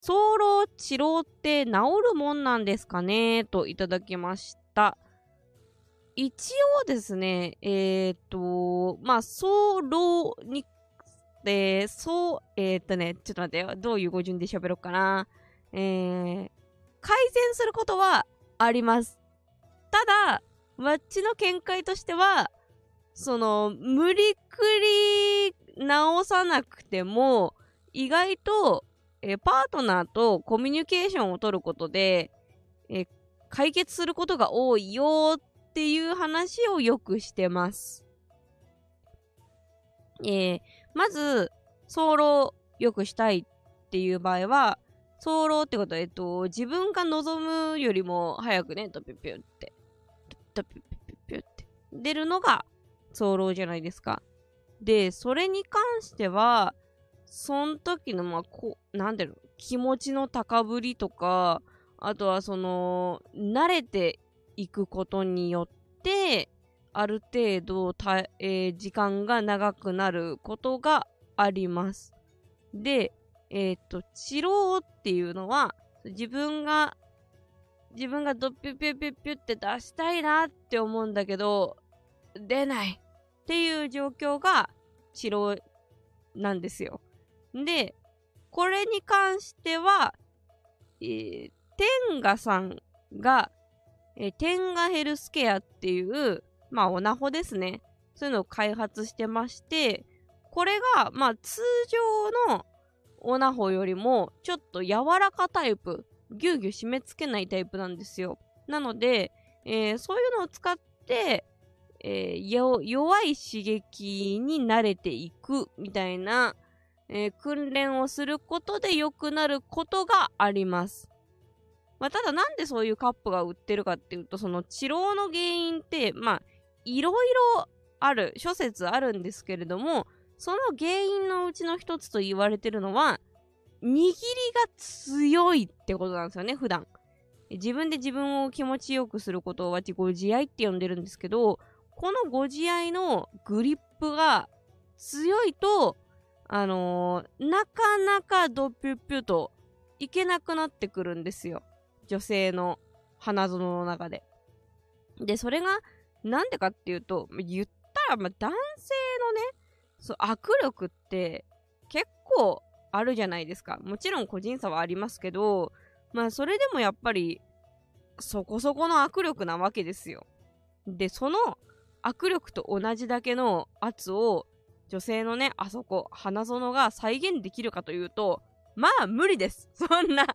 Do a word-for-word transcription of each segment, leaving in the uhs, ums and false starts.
早漏治療って治るもんなんですかねといただきました。一応ですね、えっ、ー、と、まあ、早漏に、えー、そう、えっ、ー、とね、ちょっと待ってよ。どういう語順で喋ろうかな。えー、改善することはあります。ただ、わっちの見解としては、その、無理くり直さなくても、意外と、えー、パートナーとコミュニケーションを取ることで、えー、解決することが多いよっていう話をよくしてます。えー、まず、早漏よくしたいっていう場合は、早漏ってことは、えっと、自分が望むよりも早くね、ドピュピュって、ドピュピュピュピュって出るのが早漏じゃないですか。で、それに関しては、その時の、まあ、こう、なんだろう、気持ちの高ぶりとか、あとはその、慣れていくことによって、ある程度た、えー、時間が長くなることがあります。で、えっと、治療っていうのは、自分が、自分がドピュピュピュピュって出したいなって思うんだけど、出ないっていう状況が治療なんですよ。で、これに関しては、えー、テンガさんが、えー、テンガヘルスケアっていう、まあ、オナホですね。そういうのを開発してまして、これが、まあ、通常のオナホよりも、ちょっと柔らかタイプ、ぎゅうぎゅう締め付けないタイプなんですよ。なので、えー、そういうのを使って、えー、弱い刺激に慣れていくみたいな、えー、訓練をすることで良くなることがあります。まあ、ただなんでそういうカップが売ってるかっていうと、その治療の原因って、まあ、いろいろある、諸説あるんですけれども、その原因のうちの一つと言われてるのは、握りが強いってことなんですよね、普段。自分で自分を気持ちよくすることを私ご自愛って呼んでるんですけど、このご自愛のグリップが強いと、あのー、なかなかドピュピュといけなくなってくるんですよ。女性の花園の中で。で、それがなんでかっていうと、言ったら、まあ、男性のね、そう握力って結構あるじゃないですか。もちろん個人差はありますけど、まあそれでもやっぱりそこそこの握力なわけですよ。で、その握力と同じだけの圧を女性のね、あそこ、花園が再現できるかというと、まあ無理です。そんな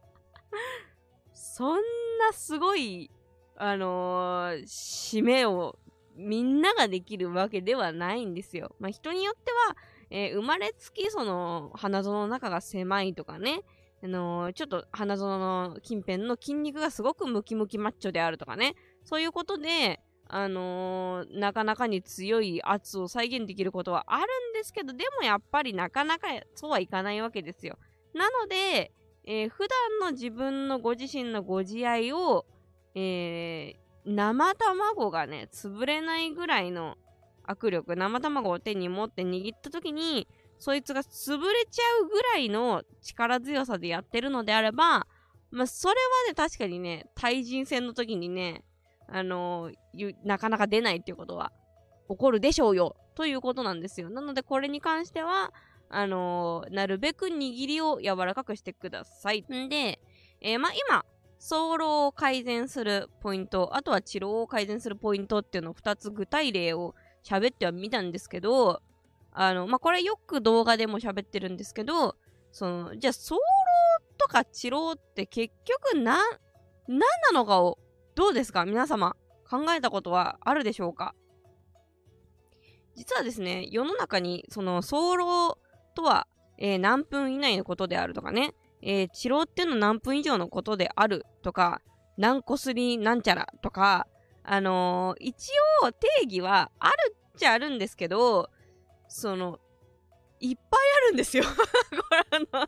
そんなすごい、あのー、締めをみんなができるわけではないんですよ。まあ人によっては、えー、生まれつきその花園の中が狭いとかね、あのー、ちょっと花園の近辺の筋肉がすごくムキムキマッチョであるとかね、そういうことで、あのー、なかなかに強い圧を再現できることはあるんですけど、でもやっぱりなかなかそうはいかないわけですよ。なので、えー、普段の自分のご自身のご自愛を、えー、生卵がね、潰れないぐらいの握力、生卵を手に持って握った時に、そいつが潰れちゃうぐらいの力強さでやってるのであれば、まあ、それはね、確かにね、対人戦の時にね、あのー、なかなか出ないっていうことは起こるでしょうよということなんですよ。なのでこれに関してはあのー、なるべく握りを柔らかくしてください。んで、えー、まあ今早漏を改善するポイント、あとは治療を改善するポイントっていうのをふたつ具体例を喋ってはみたんですけど、あのまあこれよく動画でも喋ってるんですけど、そのじゃあ早漏とか治療って結局な何なのかをどうですか皆様、考えたことはあるでしょうか。実はですね、世の中にその早漏とは、えー、何分以内のことであるとかね、えー、治療っていうのは何分以上のことであるとか、何個すりなんちゃらとか、あのー、一応定義はあるっちゃあるんですけど、そのいっぱいあるんですよこれの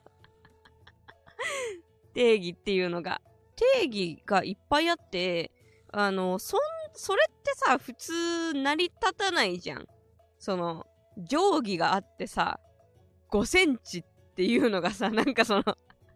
定義っていうのが定義がいっぱいあって、あのそんそれってさ普通成り立たないじゃん。その定規があってさごセンチっていうのがさ、なんかその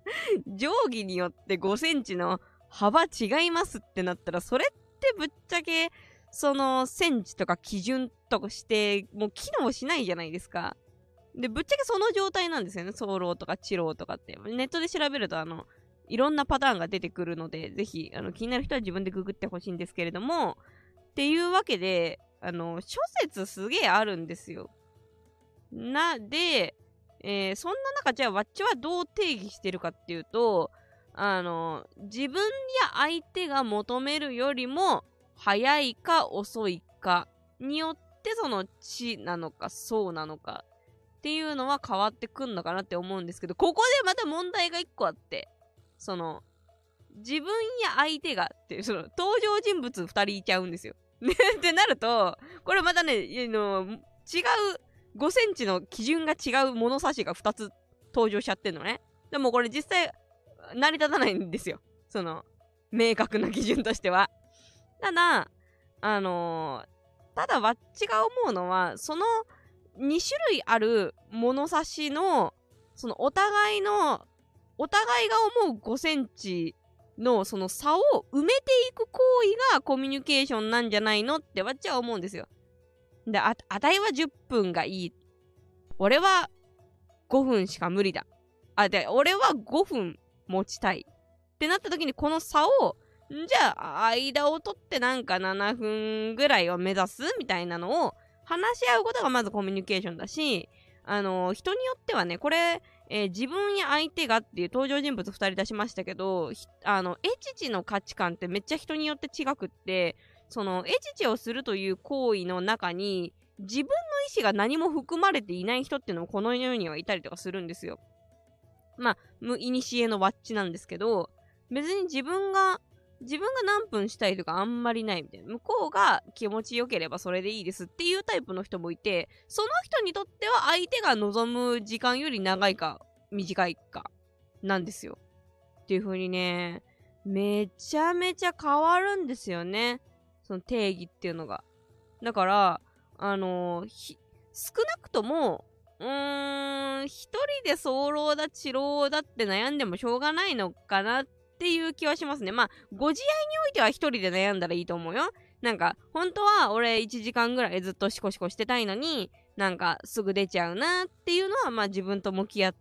定規によってごセンチの幅違いますってなったら、それってぶっちゃけ、そのセンチとか基準として、もう機能しないじゃないですか。で、ぶっちゃけその状態なんですよね。早漏とか治療とかって。ネットで調べると、あの、いろんなパターンが出てくるので、ぜひ、あの、気になる人は自分でググってほしいんですけれども、っていうわけで、あの、諸説すげえあるんですよ。な、で、えー、そんな中、じゃあ、わっちはどう定義してるかっていうと、あの、自分や相手が求めるよりも、早いか遅いかによって、その、知なのか、そうなのか、っていうのは変わってくんのかなって思うんですけど、ここでまた問題が一個あって、その、自分や相手がっていう、その、登場人物二人いちゃうんですよ。ねってなると、これまたね、あの、違う、ごセンチの基準が違う物差しがふたつ登場しちゃってんのね。でもこれ実際、成り立たないんですよ。その、明確な基準としては。ただ、あのー、ただわっちが思うのは、そのに種類ある物差しの、そのお互いの、お互いが思うごセンチのその差を埋めていく行為がコミュニケーションなんじゃないのってわっちは思うんですよ。で、あ、値はじゅっぷんがいい。俺はごふんしか無理だ。あ、で、俺はごふん持ちたい。ってなった時にこの差を、じゃあ、間を取ってなんかななふんぐらいを目指すみたいなのを話し合うことがまずコミュニケーションだし、あのー、人によってはね、これ、えー、自分や相手がっていう登場人物ふたり出しましたけど、あの、エチチの価値観ってめっちゃ人によって違くって、その、エチチをするという行為の中に、自分の意思が何も含まれていない人っていうのもこの世にはいたりとかするんですよ。まあ、無いにしえのワッチなんですけど、別に自分が、自分が何分したいとかあんまりないみたいな。向こうが気持ちよければそれでいいですっていうタイプの人もいて、その人にとっては相手が望む時間より長いか短いかなんですよ。っていう風にね、めちゃめちゃ変わるんですよね。その定義っていうのが。だから、あのー、少なくとも、うーん、一人で早漏だ、治療だって悩んでもしょうがないのかなっていう気はしますね。まあ、ご自愛においては一人で悩んだらいいと思うよ。なんか、本当は俺いちじかんぐらいずっとシコシコしてたいのに、なんかすぐ出ちゃうなっていうのは、まあ自分と向き合って、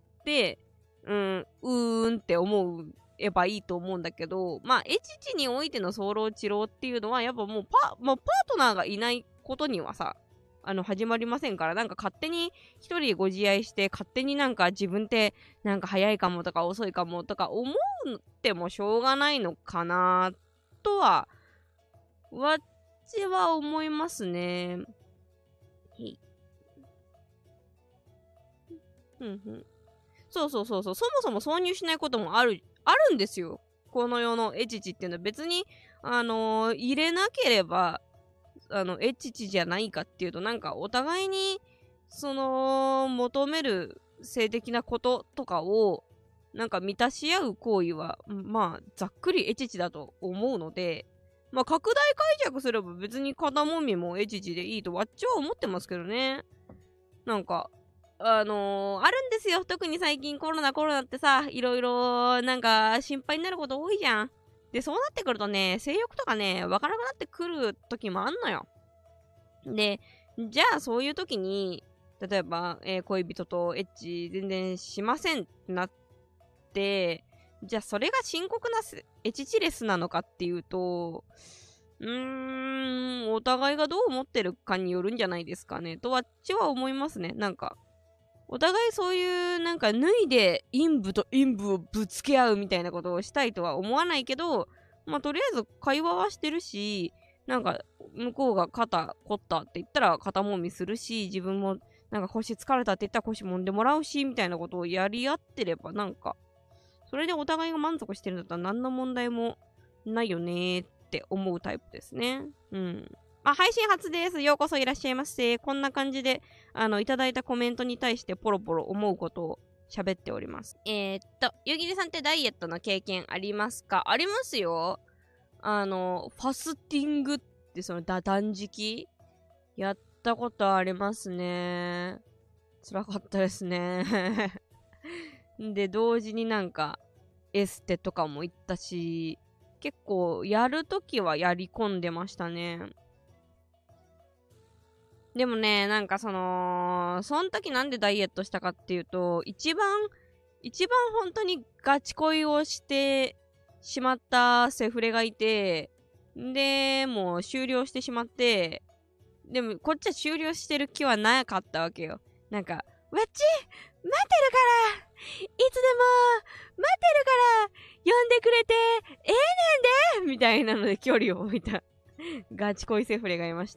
うん、うーんって思えばいいと思うんだけど、まあ、エチチにおいての早漏治療っていうのは、やっぱもうパ、もうパートナーがいないことにはさ、あの、始まりませんから、なんか勝手に一人でご自愛して、勝手になんか自分ってなんか早いかもとか遅いかもとか思ってもしょうがないのかなとは、わっちは思いますね。へい。うんうん。そうそうそうそう。そもそも挿入しないこともある、あるんですよ。この世のエチチっていうのは別に、あのー、入れなければ、あの、エチチじゃないかっていうと、なんかお互いに、その、求める性的なこととかを、なんか満たし合う行為は、まあ、ざっくりエチチだと思うので、まあ、拡大解釈すれば別に肩もみもエチチでいいとわっちは思ってますけどね。なんか、あのー、あるんですよ。特に最近コロナコロナってさ、いろいろなんか心配になること多いじゃん。で、そうなってくるとね、性欲とかね、わからなくなってくる時もあんのよ。で、じゃあそういう時に、例えば、えー、恋人とエッチ全然しませんってなって、じゃあそれが深刻なエチチレスなのかっていうと、うーん、お互いがどう思ってるかによるんじゃないですかね。とはっちは思いますね。なんか、お互いそういうなんか脱いで陰部と陰部をぶつけ合うみたいなことをしたいとは思わないけど、まあとりあえず会話はしてるし、なんか向こうが肩凝ったって言ったら肩もみするし、自分もなんか腰疲れたって言ったら腰もんでもらうし、みたいなことをやり合ってればなんか、それでお互いが満足してるんだったら何の問題もないよねーって思うタイプですね。うん。あ、配信初です。ようこそいらっしゃいませ。こんな感じで、あの、いただいたコメントに対してポロポロ思うことを喋っております。えー、っと、ゆうぎりさんってダイエットの経験ありますか？ありますよ。あの、ファスティングってそのだ断食やったことありますね。辛かったですね。で、同時になんか、 エステとかも行ったし、結構やるときはやり込んでましたね。でもね、なんかその、その時なんでダイエットしたかっていうと、一番、一番本当にガチ恋をしてしまったセフレがいて、で、もう終了してしまって、でもこっちは終了してる気はなかったわけよ。なんか、わっち、待ってるからいつでも、待ってるから呼んでくれて、ええねんでみたいなので距離を置いたガチ恋セフレがいまして、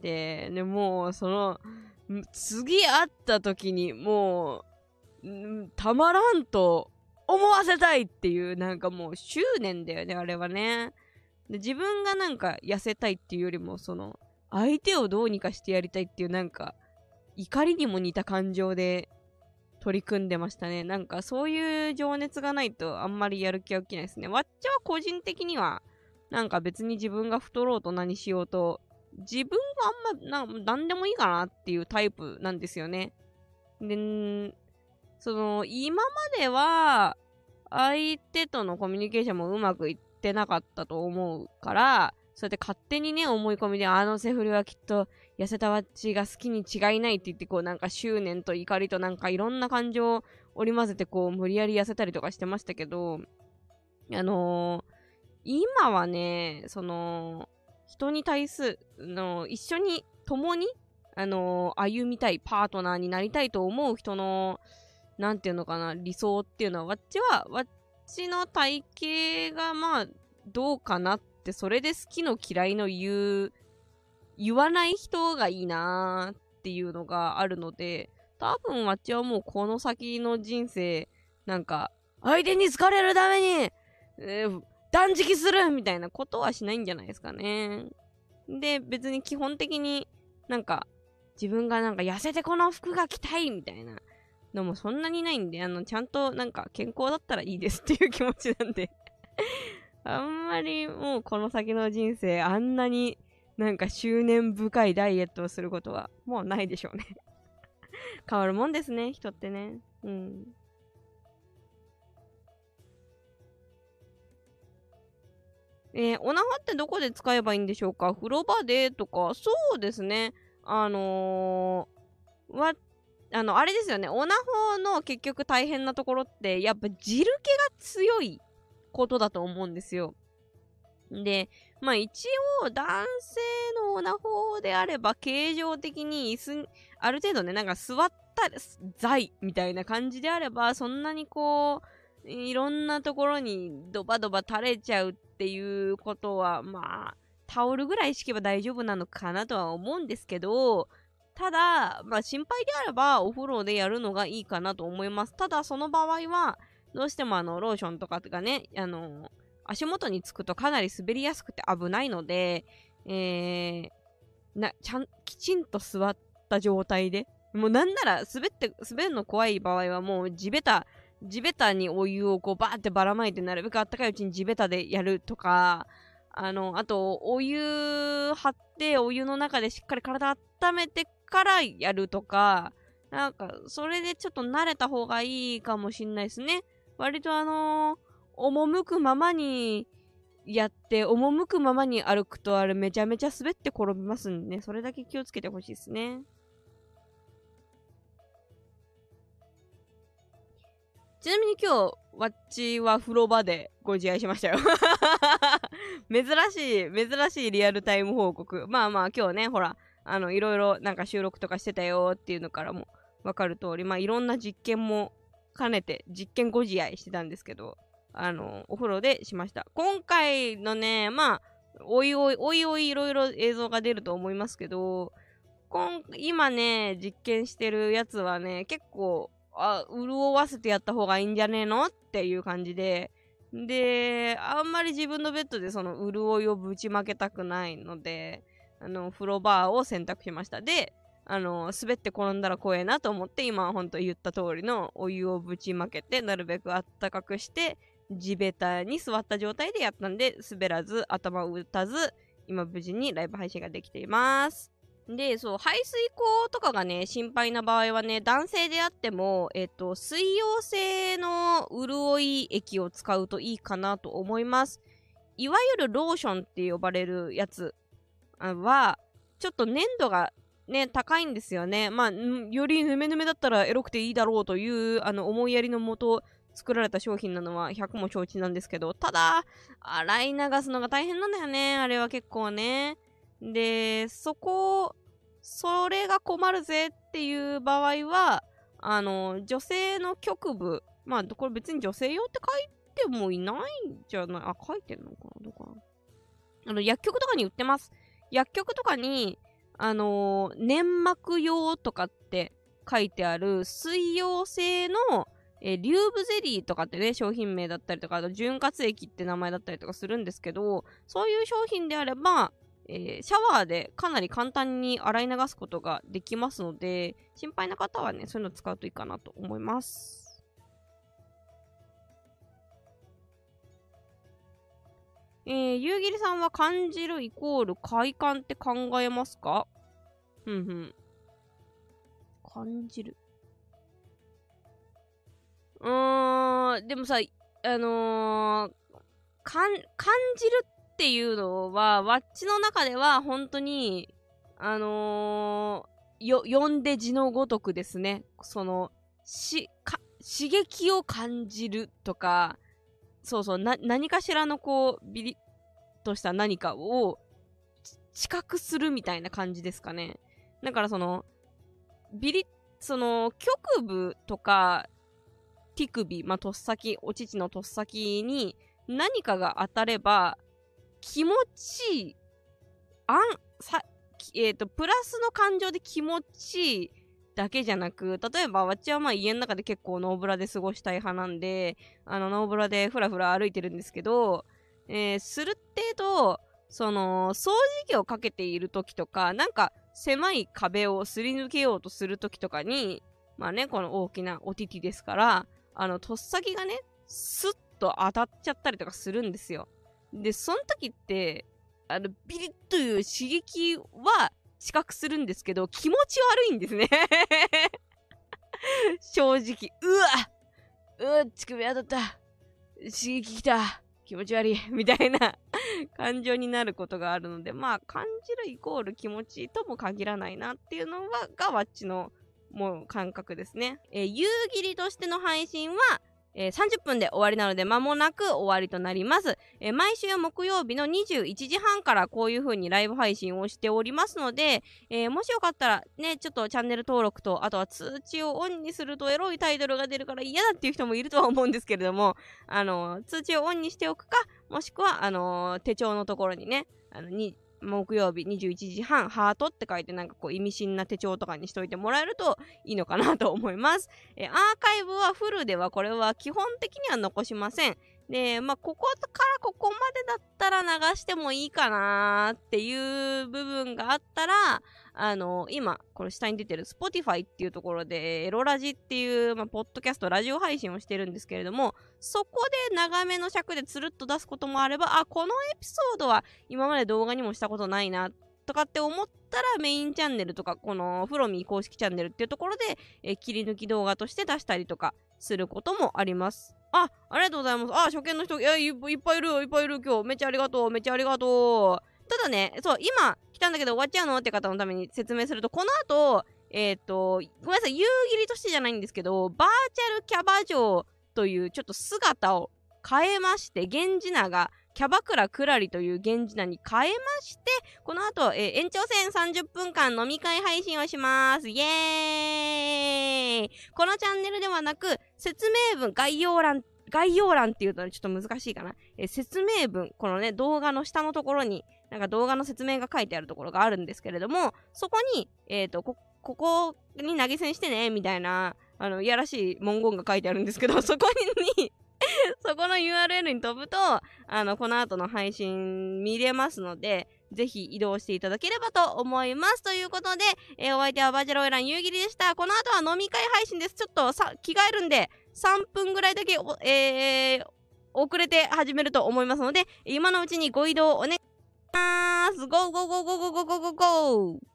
で、もう、その、次会った時に、もう、んたまらんと思わせたいっていう、なんかもう執念だよね、あれはね。で、自分がなんか痩せたいっていうよりも、その、相手をどうにかしてやりたいっていう、なんか、怒りにも似た感情で取り組んでましたね。なんか、そういう情熱がないとあんまりやる気は起きないですね。わっちは個人的には、なんか別に自分が太ろうと何しようと、自分はあんま、な、なんでもいいかなっていうタイプなんですよね。で、その、今までは、相手とのコミュニケーションもうまくいってなかったと思うから、そうやって勝手にね、思い込みで、あのセフレはきっと痩せたわっちが好きに違いないって言って、こうなんか執念と怒りとなんかいろんな感情を織り交ぜて、こう無理やり痩せたりとかしてましたけど、あのー、今はね、その、人に対すの、一緒に、共に、あのー、歩みたい、パートナーになりたいと思う人の、なんていうのかな、理想っていうのは、わっちは、わっちの体型が、まあ、どうかなって、それで好きの嫌いの言う、言わない人がいいなーっていうのがあるので、多分わっちはもうこの先の人生、なんか、相手に好かれるために、えー断食するみたいなことはしないんじゃないですかね。で、別に基本的になんか自分がなんか痩せてこの服が着たいみたいなのもそんなにないんで、あの、ちゃんとなんか健康だったらいいですっていう気持ちなんであんまりもうこの先の人生あんなになんか執念深いダイエットをすることはもうないでしょうね変わるもんですね、人ってね。うん。えー、おなはってどこで使えばいいんでしょうか？風呂場でとか、そうですね。あのー、わ、あの、あれですよね。オナホの結局大変なところって、やっぱ汁気が強いことだと思うんですよ。で、まあ一応男性のオナホであれば、形状的に椅子、ある程度ね、なんか座った材みたいな感じであれば、そんなにこう、いろんなところにドバドバ垂れちゃうっていうことは、まあ、タオルぐらい敷けば大丈夫なのかなとは思うんですけど、ただ、まあ心配であればお風呂でやるのがいいかなと思います。ただその場合は、どうしてもあの、ローションとかがね、あの、足元につくとかなり滑りやすくて危ないので、えー、な、ちゃん、きちんと座った状態で、もうなんなら滑って、滑るの怖い場合はもう地べた、地べたにお湯をこうバーってばらまいてなるべくあったかいうちに地べたでやるとか、あの、あと、お湯張ってお湯の中でしっかり体温めてからやるとか、なんか、それでちょっと慣れた方がいいかもしんないですね。割とあのー、赴くままにやって、赴くままに歩くとあれめちゃめちゃ滑って転びますんでね、それだけ気をつけてほしいですね。ちなみに今日、わっちは風呂場でご自愛しましたよ珍しい、珍しいリアルタイム報告。まあまあ今日ね、ほら、あの、いろいろなんか収録とかしてたよっていうのからもわかる通り、まあいろんな実験も兼ねて、実験ご自愛してたんですけど、あの、お風呂でしました。今回のね、まあ、おいおい、おいおいいろいろ映像が出ると思いますけど、今今ね、実験してるやつはね、結構、あ、潤わせてやった方がいいんじゃねえのっていう感じで、で、あんまり自分のベッドでその潤いをぶちまけたくないので、あの、風呂場を選択しました。で、あの、滑って転んだら怖えなと思って、今ほんと言った通りのお湯をぶちまけて、なるべくあったかくして、地べたに座った状態でやったんで、滑らず、頭を打たず、今無事にライブ配信ができています。 で、そう、排水口とかがね、心配な場合はね、男性であっても、えっと、水溶性の潤い液を使うといいかなと思います。いわゆるローションって呼ばれるやつは、ちょっと粘度がね、高いんですよね。まあ、よりヌメヌメだったらエロくていいだろうという、あの、思いやりのもと作られた商品なのはひゃくも承知なんですけど、ただ、洗い流すのが大変なんだよね。あれは結構ね。で、そこ、それが困るぜっていう場合は、あの、女性の局部、まあ、これ別に女性用って書いてもいないんじゃない？あ、書いてんのかな？どうかな？あの、薬局とかに売ってます。薬局とかに、あのー、粘膜用とかって書いてある水溶性の、えー、リューブゼリーとかってね、商品名だったりとか、あと潤滑液って名前だったりとかするんですけど、そういう商品であれば、えー、シャワーでかなり簡単に洗い流すことができますので、心配な方はね、そういうの使うといいかなと思います。えー、夕霧さんは感じるイコール快感って考えますか？うんうん。感じる。うーん、でもさ、あのー、かん、感じるっていうのは、わっちの中では本当に、あのー、よ、読んで字のごとくですね。その、し、か、刺激を感じるとか、そうそう、な、何かしらのこう、ビリッとした何かを、知覚するみたいな感じですかね。だからその、ビリッ、その、局部とか、手首、まあ、とっさき、お乳のとっさきに何かが当たれば、気持ちいい、あん、さ、えっと、プラスの感情で気持ちいいだけじゃなく、例えば、わっちはまあ家の中で結構ノーブラで過ごしたい派なんで、あの、ノーブラでふらふら歩いてるんですけど、えー、する程度、その、掃除機をかけている時とか、なんか、狭い壁をすり抜けようとする時とかに、まあね、この大きなおティティですから、あの、とっさきがね、スッと当たっちゃったりとかするんですよ。で、その時って、あの、ビリッという刺激は知覚するんですけど、気持ち悪いんですね。正直。うわうわ乳首当たった。刺激きた。気持ち悪い。みたいな感情になることがあるので、まあ、感じるイコール気持ちいいとも限らないなっていうのは、がわっちのもう感覚ですね。えー、夕霧としての配信は、えー、さんじゅっぷんで終わりなので間もなく終わりとなります、えー、毎週木曜日のにじゅういちじはんからこういう風にライブ配信をしておりますので、えー、もしよかったらね、ちょっとチャンネル登録と、あとは通知をオンにするとエロいタイトルが出るから嫌だっていう人もいるとは思うんですけれども、あのー、通知をオンにしておくか、もしくはあのー、手帳のところにね、あのに木曜日にじゅういちじはんハートって書いてなんかこう意味深な手帳とかにしといてもらえるといいのかなと思います。えー、アーカイブはフルではこれは基本的には残しません。で、まあ、ここからここまでだったら流してもいいかなっていう部分があったら、あの、今、この下に出てる Spotify っていうところで、エロラジっていう、まあ、ポッドキャスト、ラジオ配信をしてるんですけれども、そこで長めの尺でつるっと出すこともあれば、あ、このエピソードは今まで動画にもしたことないな、とかって思ったらメインチャンネルとか、このフロミー公式チャンネルっていうところで、え切り抜き動画として出したりとかすることもあります。あ、ありがとうございます。あ、初見の人、いや、いっぱいいるよ、いっぱいいる、今日。めっちゃありがとう、めっちゃありがとう。ただね、そう、今来たんだけど終わっちゃうのって方のために説明すると、この後、えっと、ごめんなさい、夕霧としてじゃないんですけど、バーチャルキャバ嬢というちょっと姿を変えまして、源氏名がキャバクラクラリという源氏名に変えまして、この後、えー、延長戦さんじゅっぷんかん飲み会配信をします。イエーイ。このチャンネルではなく、説明文、概要欄、概要欄っていうとちょっと難しいかな。えー、説明文、このね、動画の下のところに、なんか動画の説明が書いてあるところがあるんですけれども、そこに、えっと、こ、ここに投げ銭してね、みたいな、あの、いやらしい文言が書いてあるんですけど、そこにそこの ユーアールエル に飛ぶと、あの、この後の配信見れますので、ぜひ移動していただければと思います。ということで、えー、お相手はバーチャルオイラン夕霧でした。この後は飲み会配信です。ちょっとさ、着替えるんで、さんぷんぐらいだけ、えー、遅れて始めると思いますので、今のうちにご移動お願いします。ゴーゴーゴーゴーゴーゴーゴーゴー